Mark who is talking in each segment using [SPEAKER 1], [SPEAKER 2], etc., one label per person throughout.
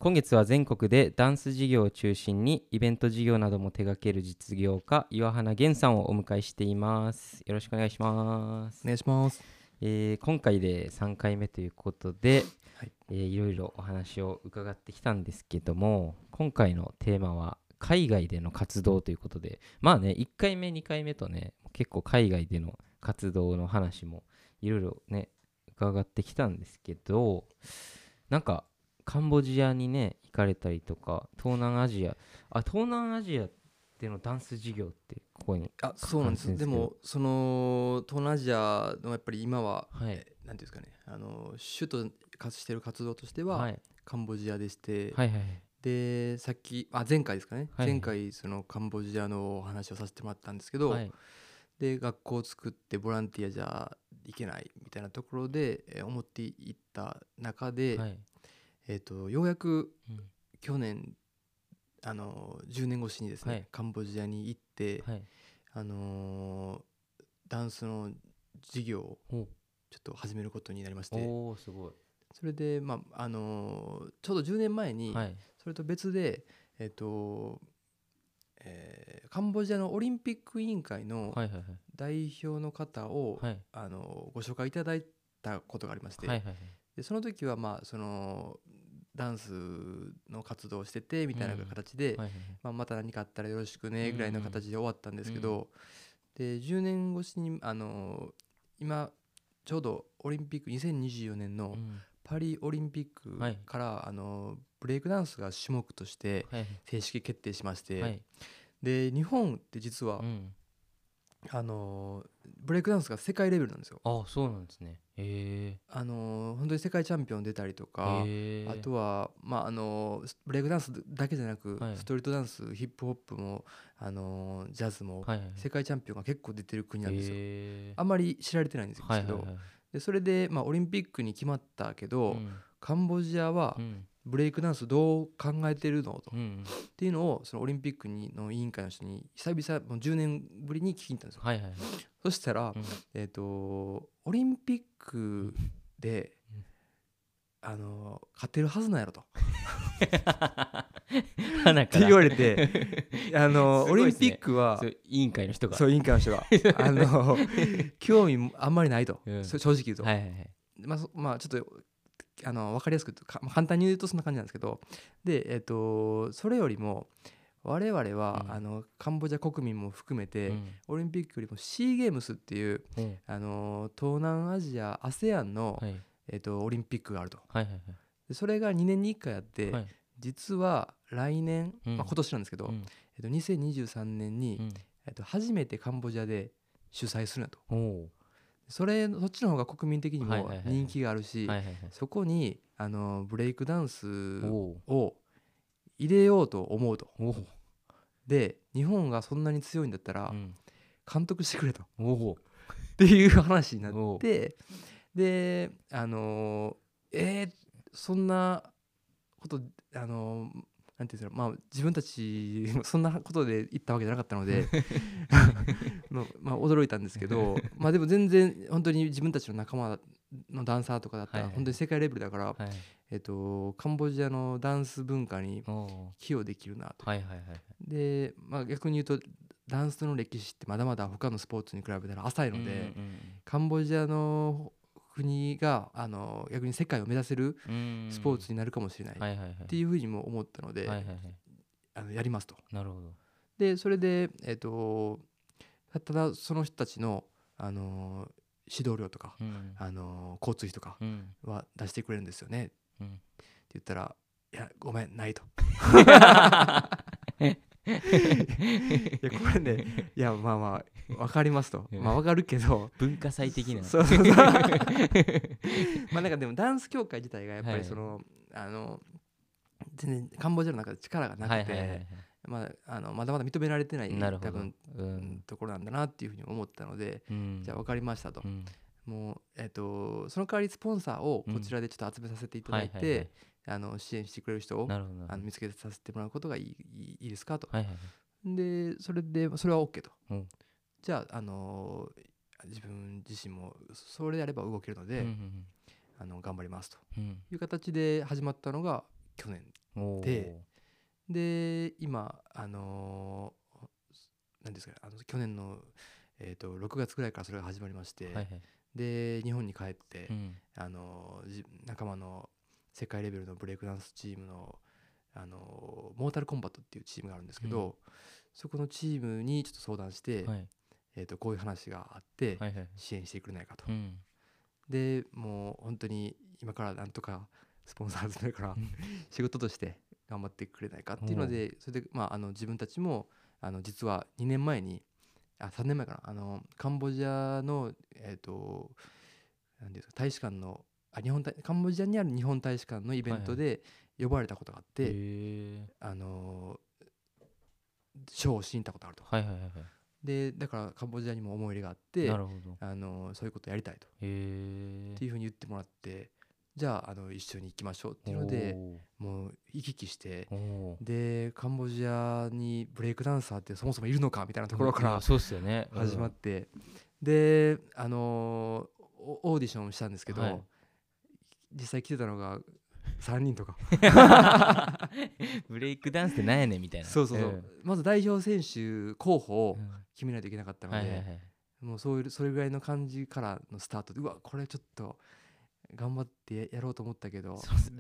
[SPEAKER 1] 今月は全国でダンス事業を中心にイベント事業なども手掛ける実業家岩花源さんをお迎えしています。よろしくお願いします。
[SPEAKER 2] お願いします。
[SPEAKER 1] 今回で3回目ということで、
[SPEAKER 2] はい
[SPEAKER 1] いろいろお話を伺ってきたんですけども、今回のテーマは海外での活動ということで、まあね、1回目2回目とね、結構海外での活動の話もいろいろね伺ってきたんですけど、なんかカンボジアにね行かれたりとか、東南アジアでのダンス事業ってここに
[SPEAKER 2] そうなんです。
[SPEAKER 1] 書かれてるんですけど、
[SPEAKER 2] でもその東南アジアのやっぱり今は、
[SPEAKER 1] はい
[SPEAKER 2] なんていうんですかね、主としている活動としては
[SPEAKER 1] はい
[SPEAKER 2] カンボジアでして、
[SPEAKER 1] はいはい
[SPEAKER 2] でさっき前回ですかね、
[SPEAKER 1] はい
[SPEAKER 2] 前回そのカンボジアのお話をさせてもらったんですけど、
[SPEAKER 1] はい
[SPEAKER 2] で学校を作ってボランティアじゃいけないみたいなところで、思っていった中で、
[SPEAKER 1] はい
[SPEAKER 2] ようやく
[SPEAKER 1] うん
[SPEAKER 2] 去年10年越しにですね、
[SPEAKER 1] はい
[SPEAKER 2] カンボジアに行って、
[SPEAKER 1] はい
[SPEAKER 2] あのダンスの授業を
[SPEAKER 1] お
[SPEAKER 2] ちょっと始めることになりまして、
[SPEAKER 1] おーすごい
[SPEAKER 2] それで、ちょうど10年前に
[SPEAKER 1] はい
[SPEAKER 2] それと別で、カンボジアのオリンピック委員会の
[SPEAKER 1] はいはい
[SPEAKER 2] 代表の方を、
[SPEAKER 1] はい
[SPEAKER 2] ご紹介いただいたことがありまして、
[SPEAKER 1] はいはい
[SPEAKER 2] でその時はそのダンスの活動をしててみたいな形で、
[SPEAKER 1] はい
[SPEAKER 2] また何かあったらよろしくねぐらいの形で終わったんですけど、で10年越しに今ちょうどオリンピック2024年のパリオリンピック
[SPEAKER 1] はい
[SPEAKER 2] からブレイクダンスが種目として
[SPEAKER 1] はい
[SPEAKER 2] 正式決定しまして、
[SPEAKER 1] はい
[SPEAKER 2] で日本って実はブレイクダンスが世界レベルなんですよ。
[SPEAKER 1] あそうなんですね。へ
[SPEAKER 2] 本当に世界チャンピオン出たりと
[SPEAKER 1] え
[SPEAKER 2] か、
[SPEAKER 1] へえ
[SPEAKER 2] あとは、ブレイクダンスだけじゃなく、
[SPEAKER 1] はい
[SPEAKER 2] ストリートダンスヒップホップも、ジャズも
[SPEAKER 1] はいはい
[SPEAKER 2] 世界チャンピオンが結構出てる国なんですよ。
[SPEAKER 1] へえ
[SPEAKER 2] あんまり知られてないんですけど、
[SPEAKER 1] はいはいはい
[SPEAKER 2] でそれで、オリンピックに決まったけど、カンボジアは
[SPEAKER 1] うん
[SPEAKER 2] ブレイクダンスどう考えてるのと、
[SPEAKER 1] うん
[SPEAKER 2] っていうのをそのオリンピックの委員会の人に久々もう10年ぶりに聞きに行ったんですよ。
[SPEAKER 1] はいはいはい
[SPEAKER 2] そしたら、
[SPEAKER 1] うん
[SPEAKER 2] オリンピックで、勝てるはずなんやろとって言われてオリンピックは
[SPEAKER 1] そう委員会の人が
[SPEAKER 2] そう委員会の人が興味あんまりないと、
[SPEAKER 1] うん
[SPEAKER 2] 正直言うと、
[SPEAKER 1] はいはいはい
[SPEAKER 2] ちょっと分かりやすく簡単に言うとそんな感じなんですけど、で、それよりも我々は、カンボジア国民も含めて、オリンピックよりもシーゲームスっていう、東南アジア ASEAN の、
[SPEAKER 1] はい
[SPEAKER 2] オリンピックがあると。
[SPEAKER 1] はいはい
[SPEAKER 2] でそれが2年に1回あって、
[SPEAKER 1] はい
[SPEAKER 2] 実は来年、今年なんですけど、
[SPEAKER 1] うん
[SPEAKER 2] 2023年に、
[SPEAKER 1] うん
[SPEAKER 2] 初めてカンボジアで主催するんだと。
[SPEAKER 1] お
[SPEAKER 2] そっちの方が国民的にも人気があるし、
[SPEAKER 1] はいはいはい
[SPEAKER 2] そこにブレイクダンス
[SPEAKER 1] お
[SPEAKER 2] を入れようと思うと。
[SPEAKER 1] お
[SPEAKER 2] で日本がそんなに強いんだったら
[SPEAKER 1] うん
[SPEAKER 2] 監督してくれとっ
[SPEAKER 1] おお
[SPEAKER 2] ていう話にな
[SPEAKER 1] お
[SPEAKER 2] ってでそんなことなんていうんですか、自分たちそんなことで言ったわけじゃなかったので驚いたんですけどでも全然本当に自分たちの仲間のダンサーとかだったら本当に世界レベルだから、
[SPEAKER 1] はい
[SPEAKER 2] カンボジアのダンス文化に
[SPEAKER 1] お
[SPEAKER 2] 寄与できるなと。
[SPEAKER 1] はいはいはい
[SPEAKER 2] で、逆に言うとダンスの歴史ってまだまだ他のスポーツに比べたら浅いので、カンボジアの国が逆に世界を目指せるスポーツになるかもしれないっていうふうにも思ったので、やりますと。
[SPEAKER 1] なるほど
[SPEAKER 2] でそれで、ただその人たちの、指導料とか、交通費とかは出してくれるんですよねって言ったら、いやごめんないといやこれね、いや分かりますと、分かるけど
[SPEAKER 1] 文化祭的な
[SPEAKER 2] そうなんかでもダンス協会自体がやっぱりその、全然カンボジアの中で力がなくて、まだまだ認められてない多分、ところなんだなっていうふうに思ったので、じゃあ分かりましたと、もうその代わりスポンサーをこちらでちょっと集めさせていただいて、支援してくれる人を見つけさせてもらうことがいいですかと、でそれは OK と、じゃあ、自分自身もそれであれば動けるので、頑張りますという形で始まったのが去年で今何ですかね、去年の、6月ぐらいからそれが始まりまして、はいはい、で日本に帰って、仲間の世界レベルのブレイクダンスチームの、モータルコンバットっていうチームがあるんですけど、そこのチームにちょっと相談して、はい、こういう話があって、はいはい、支援してくれないかと、でもう本当に今からなんとかスポンサー集めるから仕事として頑張ってくれないかっていうので、それで、自分たちも実は2年前に3年前かな、カンボジアの何ですか、大使館のカンボジアにある日本大使館のイベントで呼ばれたことがあって、賞をしに行ったことがあると、はいはいはいはい、でだからカンボジアにも思い入れがあって、そういうことやりたいとっていうふうに言ってもらって、じゃあ、一緒に行きましょうっていうのでもう行き来して、でカンボジアにブレイクダンサーってそもそもいるのかみたいなところから始まって、でオーディションをしたんですけど、はい、実際来てたのが3人とか
[SPEAKER 1] ブレイクダンスって何やねんみたいな。
[SPEAKER 2] そうそうそう、まず代表選手候補を決めないといけなかったので、もうそれぐらいの感じからのスタートで、うわこれちょっと頑張ってやろうと思ったけど、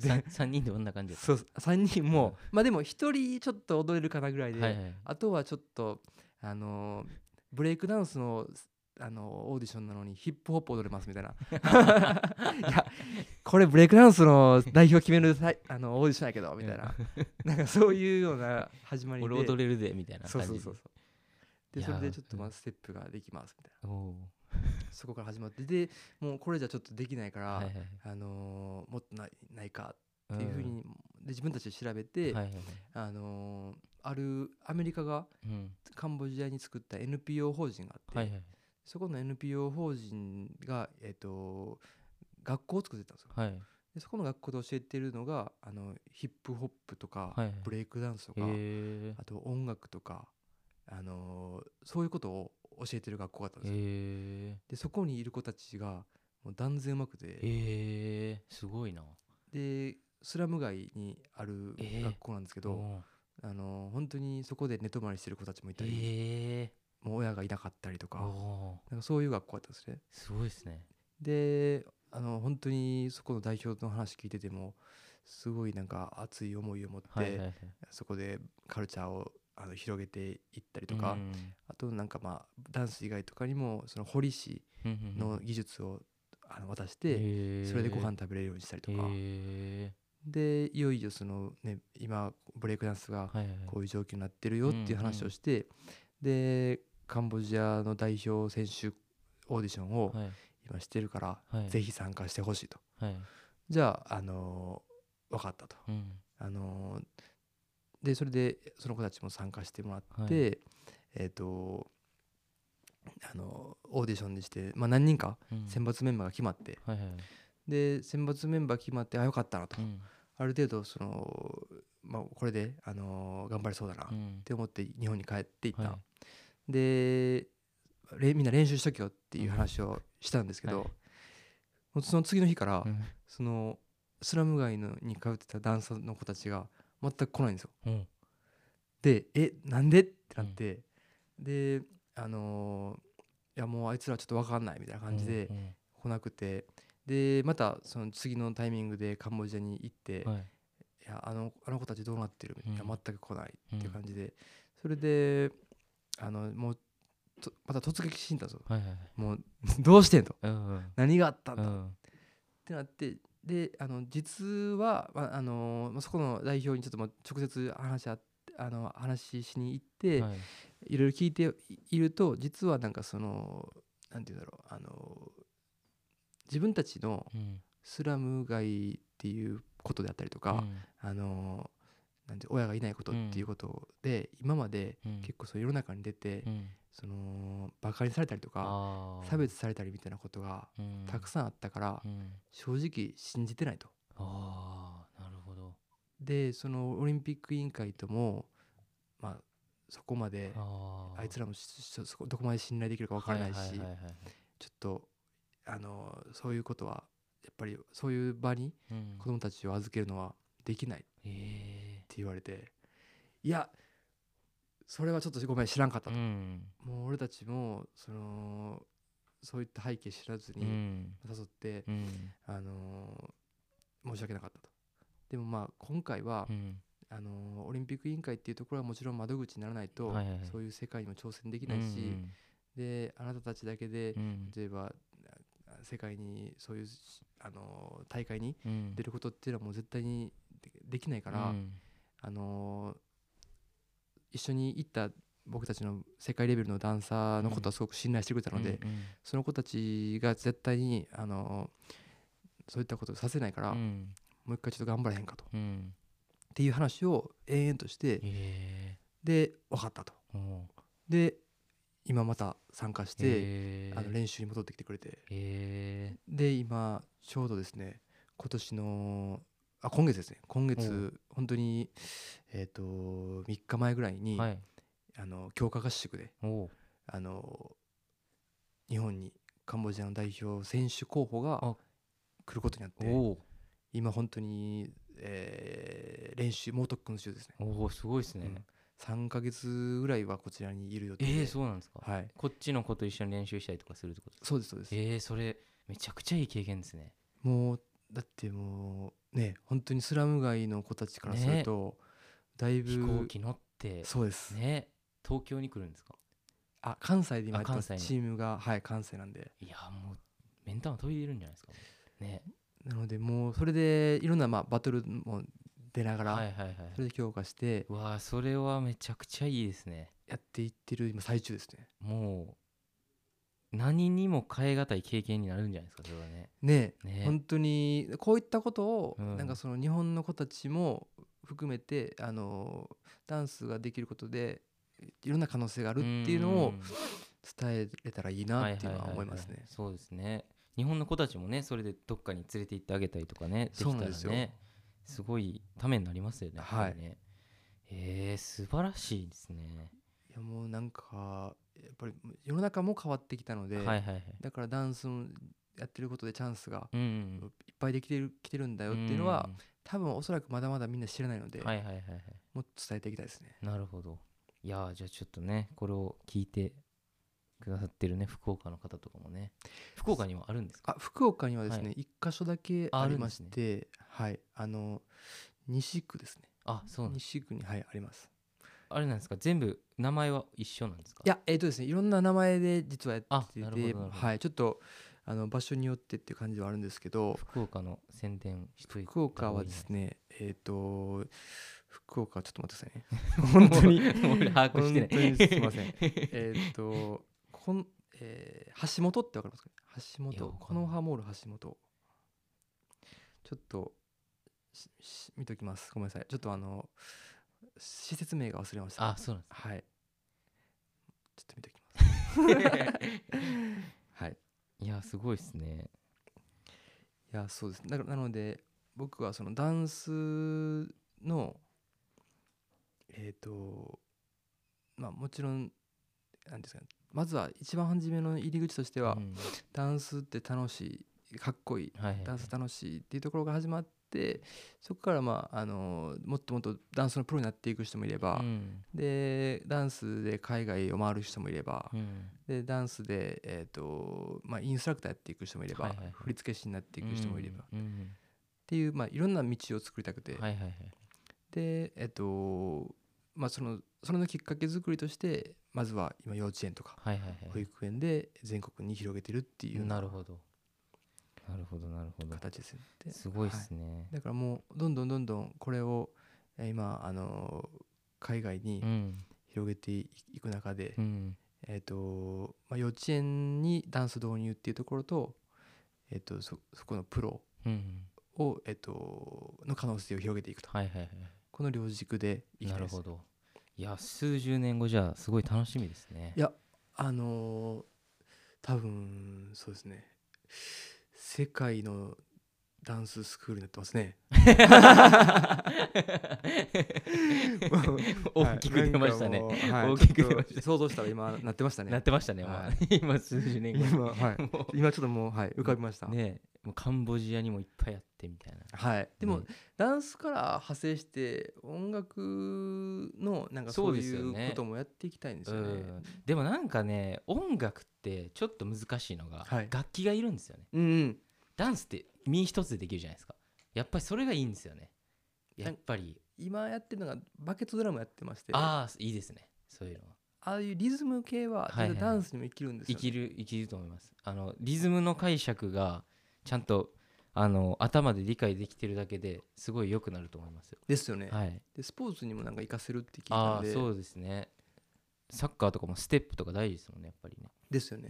[SPEAKER 1] 3人でどんな感じだった？
[SPEAKER 2] そう3人も、でも1人ちょっと踊れるかなぐらいで、はいはい、あとはちょっとブレイクダンスのオーディションなのにヒップホップ踊れますみたいないやこれブレイクダンスの代表決めるオーディションやけどみたいななんかそういうような始まりで、
[SPEAKER 1] 俺踊れるでみたいな感じで、
[SPEAKER 2] そうでそれでちょっとステップができますみたいな、そこから始まって、でもうこれじゃちょっとできないから、はいはい、もっとないかっていうふうに、で自分たちで調べて、はいはいはい、あるアメリカがカンボジアに作った NPO 法人があって、はいはい、そこの NPO 法人が、学校を作ってたんですよ、はい、でそこの学校で教えてるのがヒップホップとか、はいはい、ブレイクダンスとか、あと音楽とか、そういうことを教えてる学校があったんですよ。でそこにいる子たちがもう断然うまくて、
[SPEAKER 1] すごいな。
[SPEAKER 2] でスラム街にある学校なんですけど、本当にそこで寝泊まりしてる子たちもいたり、もう親がいなかったりとか、なんかそういう学校だったんですね。
[SPEAKER 1] すごいですね。
[SPEAKER 2] で本当にそこの代表の話聞いててもすごいなんか熱い思いを持って、はいはいはい、そこでカルチャーを広げていったりとか、あとなんかダンス以外とかにもその彫り師の技術を渡して、それでご飯食べれるようにしたりとか、でいよいよそのね今ブレイクダンスがこういう状況になってるよっていう話をして、でカンボジアの代表選手オーディションを今してるから、ぜひ参加してほしいと、じゃあ分かったと、でそれでその子たちも参加してもらって、オーディションにして、何人か選抜メンバーが決まって、で選抜メンバー決まって、よかったなと、ある程度その、これで、頑張れそうだなって思って日本に帰っていった、でみんな練習しとけよっていう話をしたんですけど、その次の日から、そのスラム街に通ってたダンサーの子たちが全く来ないんですよ、でなんでってなって、でいやもうあいつらちょっと分かんないみたいな感じで来なくて、でまたその次のタイミングでカンボジアに行って、いやあの子たちどうなってる、いや全く来ないっていう感じで、それでもうまた突撃しに行ったんですよ、もうどうしてんと、何があったんだってなって、で実は、そこの代表にちょっと直接話しに行って、いろいろ聞いていると、実はなんかそのなんていうんだろう、自分たちのスラム街っていうことであったりとか、なんて親がいないことっていうことで、今まで結構そう世の中に出て、そのバカにされたりとか差別されたりみたいなことがたくさんあったから、正直信じてないと。
[SPEAKER 1] なるほど。
[SPEAKER 2] でそのオリンピック委員会ともそこまであいつらもどこまで信頼できるか分からないし、ちょっとそういうことはやっぱりそういう場に子どもたちを預けるのはできないっ言われて、いやそれはちょっとごめん知らんかったと、もう俺たちもそういった背景知らずに誘って、申し訳なかったと。でもまあ今回は、オリンピック委員会っていうところはもちろん窓口にならないと、そういう世界にも挑戦できないし、であなたたちだけで、例えば世界にそういう大会に出ることっていうのはもう絶対にできないから、一緒に行った僕たちの世界レベルのダンサーのことはすごく信頼してくれたので、その子たちが絶対にそういったことをさせないから、もう一回ちょっと頑張らへんかと、っていう話を延々として、で分かったと。で今また参加して、練習に戻ってきてくれて、で今ちょうどですね今月ですね、今月本当に3日前ぐらいに、強化合宿で日本にカンボジアの代表選手候補が来ることになって、今本当に、練習猛特訓中ですね。
[SPEAKER 1] すごいですね、
[SPEAKER 2] 3ヶ月ぐらいはこちらにいる予定で。
[SPEAKER 1] そうなんですか。こっちの子と一緒に練習したりとかするってことですか。
[SPEAKER 2] そうですそうです。
[SPEAKER 1] それめちゃくちゃいい経験ですね。
[SPEAKER 2] もうだってもうね本当にスラム街の子たちからすると、だいぶ
[SPEAKER 1] 飛行機乗って、
[SPEAKER 2] そうです
[SPEAKER 1] ね、東京に来るんですか。
[SPEAKER 2] 関西で今やってます。チームが関西なんで、
[SPEAKER 1] いやもう目ん玉飛び出るんじゃないですかね。
[SPEAKER 2] なのでもうそれでいろんなバトルも出ながら、それで強化して、
[SPEAKER 1] それはめちゃくちゃいいですね。
[SPEAKER 2] やっていってる今最中ですね。
[SPEAKER 1] もう何にも変え難い経験になるんじゃないですか、それはね。
[SPEAKER 2] ね本当にこういったことを、なんかその日本の子たちも含めてダンスができることでいろんな可能性があるっていうのを伝えれたらいいなっていうのは思いますね。
[SPEAKER 1] そうですね。日本の子たちもねそれでどっかに連れて行ってあげたりとかねできたらねすごいためになりますよね。素晴らしいですね。
[SPEAKER 2] いやもうなんかやっぱり世の中も変わってきたので、だからダンスをやってることでチャンスがいっぱいできてるんだよっていうのは、多分おそらくまだまだみんな知らないので、もっと伝えていきたいですね。
[SPEAKER 1] なるほど。いやじゃあちょっとねこれを聞いてくださってるね福岡の方とかもね。福岡にはあるんですか。
[SPEAKER 2] 福岡にはですね、1箇所だけありまして、西区ですね。
[SPEAKER 1] そうなんです。
[SPEAKER 2] 西区にあります。
[SPEAKER 1] あれなんですか、全部名前は一緒なんですか。
[SPEAKER 2] いやですね、いろんな名前で実はやってて、ちょっと場所によってっていう感じはあるんですけど、
[SPEAKER 1] 福岡の宣伝しといて。
[SPEAKER 2] 福岡はですね、福岡ちょっと待ってくださいね。本当に
[SPEAKER 1] 把握してない。
[SPEAKER 2] 本当にすいません。橋本ってわかりますかね。橋本、このハモール橋本。ちょっと見ときます。ごめんなさい。ちょっと施設名が忘れました。
[SPEAKER 1] そうなんです。
[SPEAKER 2] ちょっと見ときます。
[SPEAKER 1] いやすごいですね。
[SPEAKER 2] いやそうです。なので僕はそのダンスのもちろんなんですかね、まずは一番初めの入り口としては、ダンスって楽しい、かっこいい、ダンス楽しいっていうところが始まって、そこからもっともっとダンスのプロになっていく人もいれば、でダンスで海外を回る人もいれば、でダンスで、インストラクターやっていく人もいれば、振付師になっていく人もいれば、っていう、いろんな道を作りたくて、でそれのきっかけ作りとしてまずは今幼稚園とか保育園で全国に広げてるっていう
[SPEAKER 1] なるほど
[SPEAKER 2] 形ですね。
[SPEAKER 1] すごいですね。
[SPEAKER 2] だからもうどんどんこれを今海外に広げていく中で、幼稚園にダンス導入っていうところと、そこのプロを、の可能性を広げていくと、この両軸でいきたいです。
[SPEAKER 1] なるほど。いや数十年後じゃすごい楽しみですね。
[SPEAKER 2] いや多分そうですね、世界のダンススクールになってますね。
[SPEAKER 1] 大きく出ましたね。
[SPEAKER 2] はい、
[SPEAKER 1] 大きく出ました。
[SPEAKER 2] 想像したら今なってましたね。
[SPEAKER 1] なってましたね。
[SPEAKER 2] はい、
[SPEAKER 1] 今数十年後
[SPEAKER 2] 今ちょっともう、はい、浮かびました。
[SPEAKER 1] ね、もうカンボジアにもいっぱいあってみたいな。
[SPEAKER 2] はい。でも、ダンスから派生して音楽のなんかそういうこともやっていきたいんですよね。
[SPEAKER 1] でもなんかね、音楽ってちょっと難しいのが、楽器がいるんですよね。
[SPEAKER 2] うんうん、
[SPEAKER 1] ダンスって身一つでできるじゃないですか。やっぱりそれがいいんですよね。やっぱり
[SPEAKER 2] 今やってるのがバケットドラムやってまして。
[SPEAKER 1] ああ、いいですね、そういうのは。
[SPEAKER 2] ああいうリズム系はダンスにも生きるんですよね。
[SPEAKER 1] 生きると思います。リズムの解釈がちゃんと頭で理解できてるだけですごい良くなると思いますよ。
[SPEAKER 2] ですよね。
[SPEAKER 1] はい、
[SPEAKER 2] でスポーツにもなんか活かせるって聞いたんで。
[SPEAKER 1] そうですね。サッカーとかもステップとか大事ですもんね、やっぱりね。
[SPEAKER 2] ですよね。
[SPEAKER 1] うん、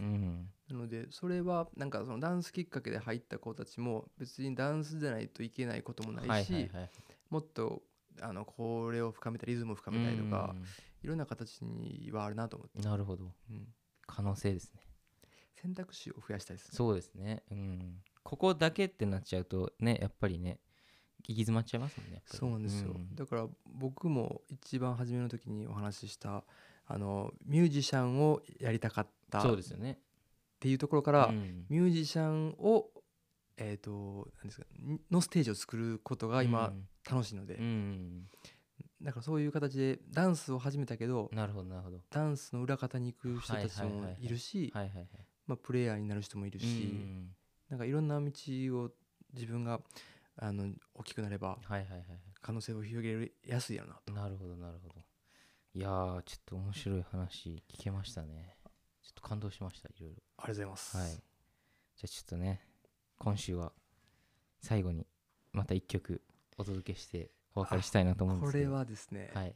[SPEAKER 2] なのでそれはなんかそのダンスきっかけで入った子たちも別にダンスじゃないといけないこともないし、もっとこれを深めたリズムを深めたりとか、いろんな形にはあるなと思って。
[SPEAKER 1] なるほど、可能性ですね。
[SPEAKER 2] 選択肢を増やしたいですね。
[SPEAKER 1] そうですね、ここだけってなっちゃうとね、やっぱりね行き詰まっちゃいますもんね。
[SPEAKER 2] そうなんですよ、だから僕も一番初めの時にお話ししたミュージシャンをやりたかった
[SPEAKER 1] そうですよね
[SPEAKER 2] っていうところから、ミュージシャンを何ですかのステージを作ることが今楽しいので、だからそういう形でダンスを始めたけど、
[SPEAKER 1] なるほどなるほど、
[SPEAKER 2] ダンスの裏方に行く人たちもいるし、プレイヤーになる人もいるし、なんかいろんな道を自分が大きくなれば可能性を広げやすいやろなと。
[SPEAKER 1] なるほどなるほど。いやー、ちょっと面白い話聞けましたね。ちょっと感動しました、いろいろ。
[SPEAKER 2] ありがとうございます。
[SPEAKER 1] はい。じゃあちょっとね、今週は最後にまた一曲お届けしてお別れしたいなと思うんですけど。
[SPEAKER 2] これはですね、はい、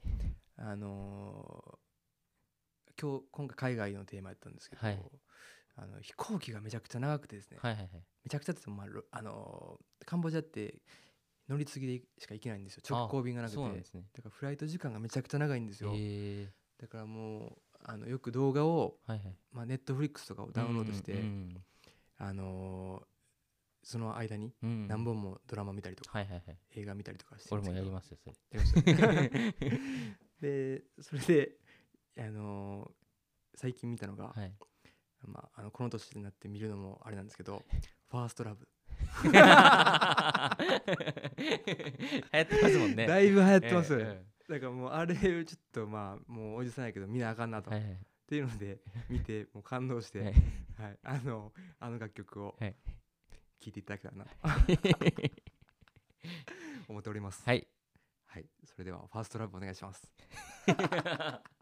[SPEAKER 2] 今回海外のテーマやったんですけど、飛行機がめちゃくちゃ長くてですね、めちゃくちゃって言っても、カンボジアって乗り継ぎでしか行けないんですよ。直行便がなくて、だからフライト時間がめちゃくちゃ長いんですよ。だからもうよく動画を、ネットフリックスとかをダウンロードして、その間に何本もドラマ見たりとか、映画見たりとかしてるんですけど。
[SPEAKER 1] 俺もやりますよ、それ。
[SPEAKER 2] でそれで最近見たのが、この年になって見るのもあれなんですけど、ファーストラブ
[SPEAKER 1] 流行ってますもんね。
[SPEAKER 2] だいぶ流行ってます、だからもうあれちょっともうおじさんやけど見なあかんなと、っていうので見てもう感動して、あの楽曲を聴いていただけたらなと思っております。はい、それではファーストラブお願いします。